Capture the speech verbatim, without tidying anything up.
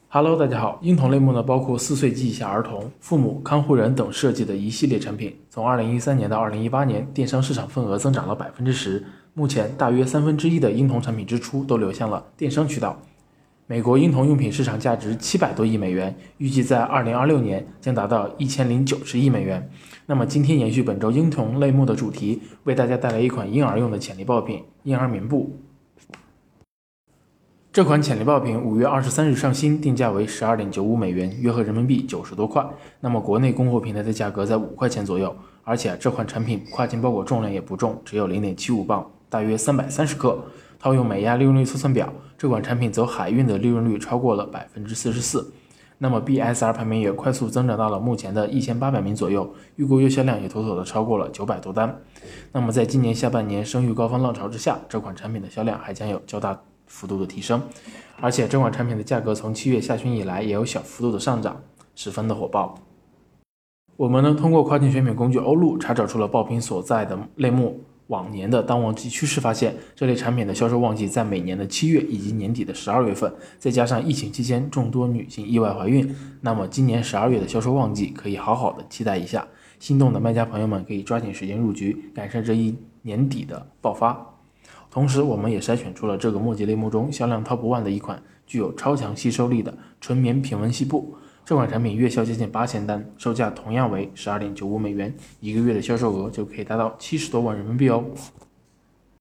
Hello，大家好。婴童类目呢，包括四岁及以下儿童、父母、看护人等设计的一系列产品。从二零一三年到二零一八年，电商市场份额增长了百分之十。目前，大约三分之一的婴童产品支出都流向了电商渠道。美国婴童用品市场价值七百多亿美元，预计在二零二六年将达到一千零九十亿美元。那么，今天延续本周婴童类目的主题，为大家带来一款婴儿用的潜力爆品——婴儿棉布。这款潜力爆品五月二十三日上新，定价为十二点九五美元，约合人民币九十多块。那么国内供货平台的价格在五块钱左右，而且这款产品跨境包裹重量也不重，只有零点七五磅，大约三百三十克。套用美亚利润率测算表，这款产品走海运的利润率超过了百分之四十四。那么 B S R 排名也快速增长到了目前的一千八百名左右，预购月销量也妥妥的超过了九百多单。那么在今年下半年生育高峰浪潮之下，这款产品的销量还将有较大幅度的提升，而且这款产品的价格从七月下旬以来也有小幅度的上涨，十分的火爆。我们呢通过跨境选品工具欧路查找出了爆品所在的类目往年的当旺季趋势，发现这类产品的销售旺季在每年的七月以及年底的十二月份，再加上疫情期间众多女性意外怀孕，那么今年十二月的销售旺季可以好好的期待一下。心动的卖家朋友们可以抓紧时间入局，赶上这一年底的爆发。同时，我们也筛选出了这个墨迹类目中销量 Top 一 的一款具有超强吸收力的纯棉平纹细布。这款产品月销接近八千单，售价同样为十二点九五美元，一个月的销售额就可以达到七十多万人民币哦。